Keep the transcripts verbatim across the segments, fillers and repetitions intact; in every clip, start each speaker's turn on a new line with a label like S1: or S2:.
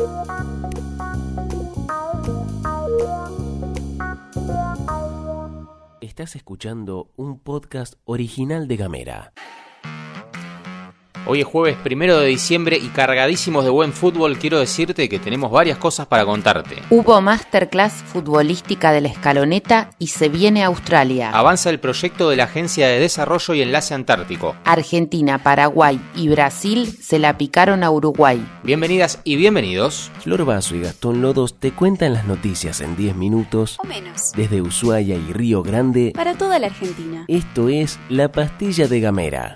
S1: Estás escuchando un podcast original de Gamera.
S2: Hoy es jueves primero de diciembre y cargadísimos de buen fútbol. Quiero decirte que tenemos varias cosas para contarte.
S3: Hubo masterclass futbolística de la Escaloneta y se viene a Australia.
S2: Avanza el proyecto de la Agencia de Desarrollo y Enlace Antártico.
S3: Argentina, Paraguay y Brasil se la picaron a Uruguay.
S2: Bienvenidas y bienvenidos.
S1: Flor Basso y Gastón Lodos te cuentan las noticias en diez minutos
S4: o menos.
S1: Desde Ushuaia y Río Grande
S4: para toda la Argentina.
S1: Esto es La Pastilla de Gamera.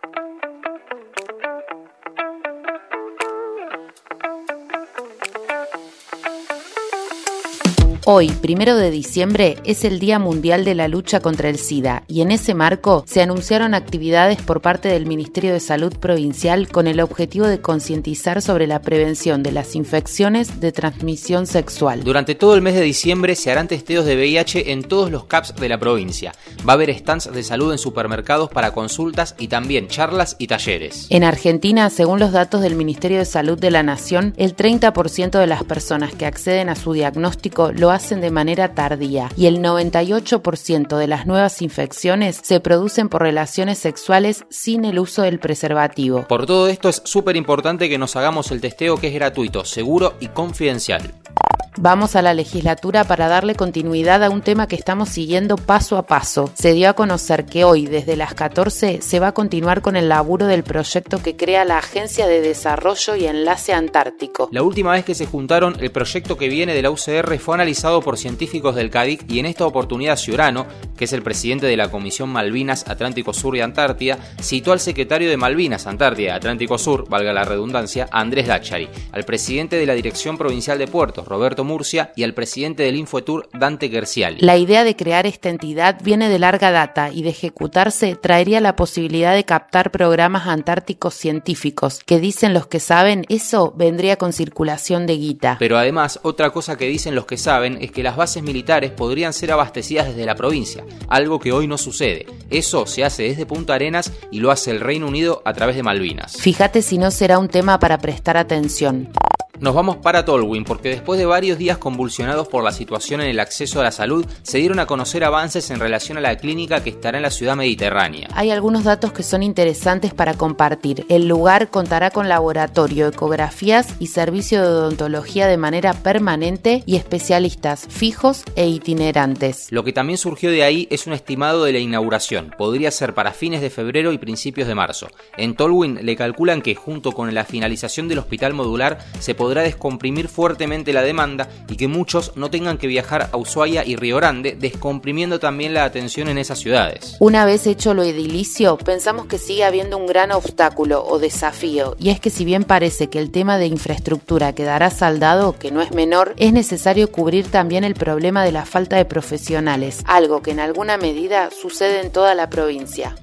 S3: Hoy, primero de diciembre, es el Día Mundial de la Lucha contra el SIDA y en ese marco se anunciaron actividades por parte del Ministerio de Salud Provincial con el objetivo de concientizar sobre la prevención de las infecciones de transmisión sexual.
S2: Durante todo el mes de diciembre se harán testeos de V I H en todos los C A Ps de la provincia. Va a haber stands de salud en supermercados para consultas y también charlas y talleres.
S3: En Argentina, según los datos del Ministerio de Salud de la Nación, el treinta por ciento de las personas que acceden a su diagnóstico lo hacen de manera tardía y el noventa y ocho por ciento de las nuevas infecciones se producen por relaciones sexuales sin el uso del preservativo.
S2: Por todo esto es súper importante que nos hagamos el testeo, que es gratuito, seguro y confidencial.
S3: Vamos a la legislatura para darle continuidad a un tema que estamos siguiendo paso a paso. Se dio a conocer que hoy, desde las catorce, se va a continuar con el laburo del proyecto que crea la Agencia de Desarrollo y Enlace Antártico.
S2: La última vez que se juntaron, el proyecto que viene de la U C R fue analizado por científicos del CADIC y en esta oportunidad Ciurano, que es el presidente de la Comisión Malvinas, Atlántico Sur y Antártida, citó al secretario de Malvinas, Antártida y Atlántico Sur, valga la redundancia, Andrés Dachari, al presidente de la Dirección Provincial de Puertos, Roberto Murcia, y al presidente del Infotour, Dante Gerciali.
S3: La idea de crear esta entidad viene de larga data y de ejecutarse traería la posibilidad de captar programas antárticos científicos, que dicen los que saben, eso vendría con circulación de guita.
S2: Pero además, otra cosa que dicen los que saben es que las bases militares podrían ser abastecidas desde la provincia, algo que hoy no sucede. Eso se hace desde Punta Arenas y lo hace el Reino Unido a través de Malvinas.
S3: Fíjate si no será un tema para prestar atención.
S2: Nos vamos para Tolwyn porque después de varios días convulsionados por la situación en el acceso a la salud, se dieron a conocer avances en relación a la clínica que estará en la ciudad mediterránea.
S3: Hay algunos datos que son interesantes para compartir. El lugar contará con laboratorio, ecografías y servicio de odontología de manera permanente y especialistas fijos e itinerantes.
S2: Lo que también surgió de ahí es un estimado de la inauguración. Podría ser para fines de febrero y principios de marzo. En Tolwyn le calculan que junto con la finalización del hospital modular se podrá descomprimir fuertemente la demanda y que muchos no tengan que viajar a Ushuaia y Río Grande, descomprimiendo también la atención en esas ciudades.
S3: Una vez hecho lo edilicio, pensamos que sigue habiendo un gran obstáculo o desafío, y es que si bien parece que el tema de infraestructura quedará saldado, que no es menor, es necesario cubrir también el problema de la falta de profesionales, algo que en alguna medida sucede en toda la provincia.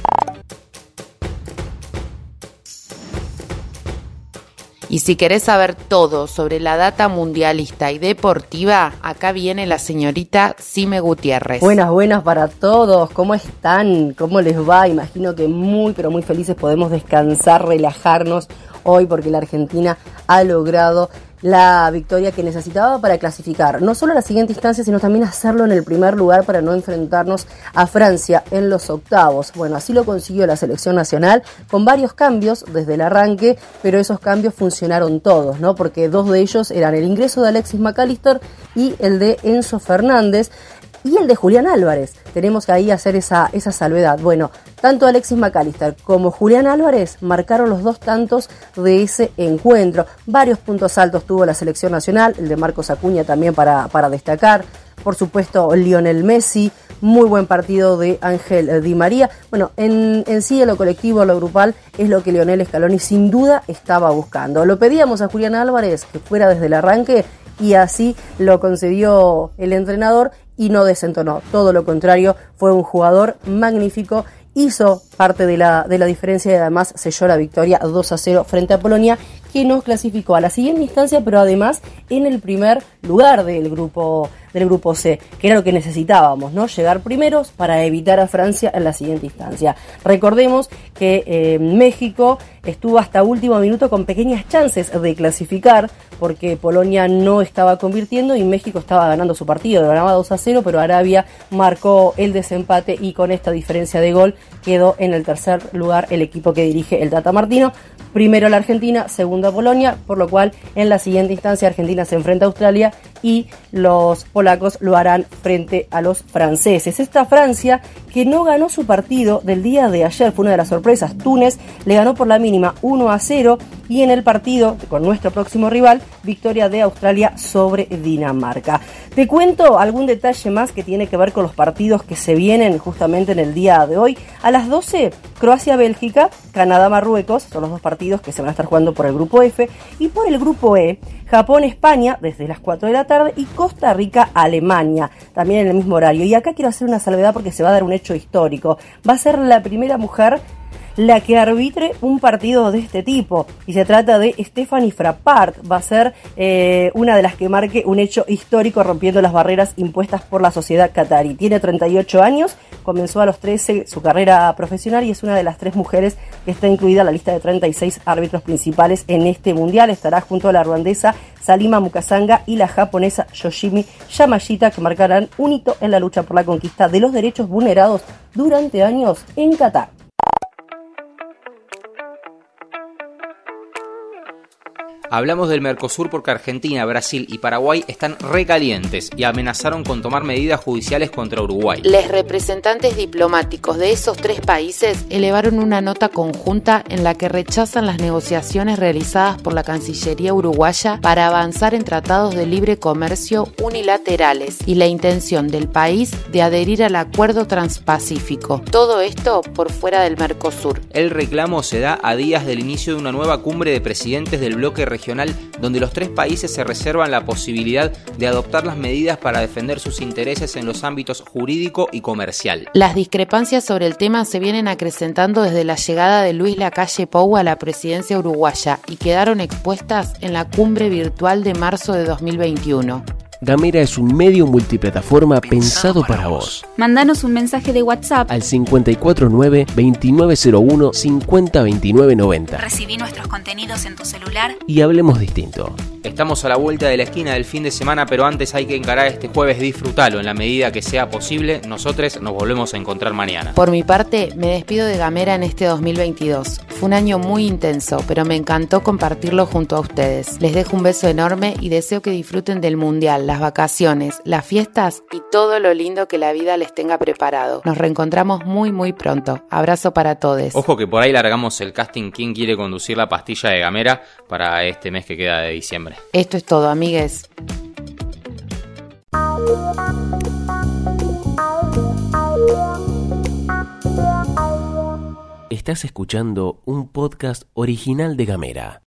S3: Y si querés saber todo sobre la data mundialista y deportiva, acá viene la señorita Sime Gutiérrez.
S5: Buenas, buenas para todos. ¿Cómo están? ¿Cómo les va? Imagino que muy, pero muy felices podemos descansar, relajarnos hoy porque la Argentina ha logrado la victoria que necesitaba para clasificar, no solo a la siguiente instancia, sino también hacerlo en el primer lugar para no enfrentarnos a Francia en los octavos. Bueno, así lo consiguió la selección nacional, con varios cambios desde el arranque, pero esos cambios funcionaron todos, ¿no? Porque dos de ellos eran el ingreso de Alexis McAllister y el de Enzo Fernández, y el de Julián Álvarez. Tenemos que ahí hacer esa, esa salvedad. Bueno, tanto Alexis McAllister como Julián Álvarez marcaron los dos tantos de ese encuentro. Varios puntos altos tuvo la selección nacional, el de Marcos Acuña también para, para destacar. Por supuesto, Lionel Messi, muy buen partido de Ángel Di María. Bueno, en, en sí, en lo colectivo, en lo grupal, es lo que Lionel Scaloni sin duda estaba buscando. Lo pedíamos a Julián Álvarez que fuera desde el arranque y así lo concedió el entrenador y no desentonó. Todo lo contrario, fue un jugador magnífico, hizo parte de la, de la diferencia y además selló la victoria dos a cero frente a Polonia, que nos clasificó a la siguiente instancia, pero además en el primer lugar del grupo del grupo C, que era lo que necesitábamos, ¿no? Llegar primeros para evitar a Francia en la siguiente instancia. Recordemos que eh, México estuvo hasta último minuto con pequeñas chances de clasificar, porque Polonia no estaba convirtiendo y México estaba ganando su partido, ganaba dos a cero, pero Arabia marcó el desempate y con esta diferencia de gol quedó en el tercer lugar el equipo que dirige el Tata Martino. Primero la Argentina, segunda Polonia, por lo cual en la siguiente instancia Argentina se enfrenta a Australia y los polacos lo harán frente a los franceses. Esta Francia que no ganó su partido del día de ayer, fue una de las sorpresas. Túnez le ganó por la mínima uno a cero y en el partido con nuestro próximo rival, victoria de Australia sobre Dinamarca. Te cuento algún detalle más que tiene que ver con los partidos que se vienen justamente en el día de hoy. A las doce, Croacia-Bélgica, Canadá-Marruecos, son los dos partidos que se van a estar jugando por el grupo F, y por el grupo E, Japón-España desde las cuatro de la tarde y Costa Rica-Alemania, también en el mismo horario. Y acá quiero hacer una salvedad porque se va a dar un hecho histórico. Va a ser la primera mujer la que arbitre un partido de este tipo, y se trata de Stephanie Frappart. Va a ser eh, una de las que marque un hecho histórico rompiendo las barreras impuestas por la sociedad catarí. Tiene treinta y ocho años, comenzó a los trece su carrera profesional y es una de las tres mujeres que está incluida en la lista de treinta y seis árbitros principales en este mundial. Estará junto a la ruandesa Salima Mukasanga y la japonesa Yoshimi Yamashita, que marcarán un hito en la lucha por la conquista de los derechos vulnerados durante años en Qatar.
S2: Hablamos del Mercosur porque Argentina, Brasil y Paraguay están recalientes y amenazaron con tomar medidas judiciales contra Uruguay.
S3: Los representantes diplomáticos de esos tres países elevaron una nota conjunta en la que rechazan las negociaciones realizadas por la Cancillería uruguaya para avanzar en tratados de libre comercio unilaterales y la intención del país de adherir al Acuerdo Transpacífico. Todo esto por fuera del Mercosur.
S2: El reclamo se da a días del inicio de una nueva cumbre de presidentes del bloque regional, donde los tres países se reservan la posibilidad de adoptar las medidas para defender sus intereses en los ámbitos jurídico y comercial.
S3: Las discrepancias sobre el tema se vienen acrecentando desde la llegada de Luis Lacalle Pou a la presidencia uruguaya y quedaron expuestas en la cumbre virtual de marzo de dos mil veintiuno.
S1: Gamera es un medio multiplataforma pensado, pensado para vos.
S4: Mándanos un mensaje de WhatsApp
S1: al cincuenta y cuatro nueve, veintinueve cero uno, cincuenta veintinueve noventa.
S4: Recibí nuestros contenidos en tu celular
S1: y hablemos distinto.
S2: Estamos a la vuelta de la esquina del fin de semana, pero antes hay que encarar este jueves. Disfrutalo en la medida que sea posible. Nosotros nos volvemos a encontrar mañana.
S3: Por mi parte, me despido de Gamera en este dos mil veintidós. Fue un año muy intenso, pero me encantó compartirlo junto a ustedes. Les dejo un beso enorme y deseo que disfruten del mundial, las vacaciones, las fiestas y todo lo lindo que la vida les tenga preparado. Nos reencontramos muy muy pronto. Abrazo para todos.
S2: Ojo que por ahí largamos el casting ¿Quién quiere conducir la pastilla de Gamera? Para este mes que queda de diciembre.
S3: Esto es todo, amigues.
S1: Estás escuchando un podcast original de Gamera.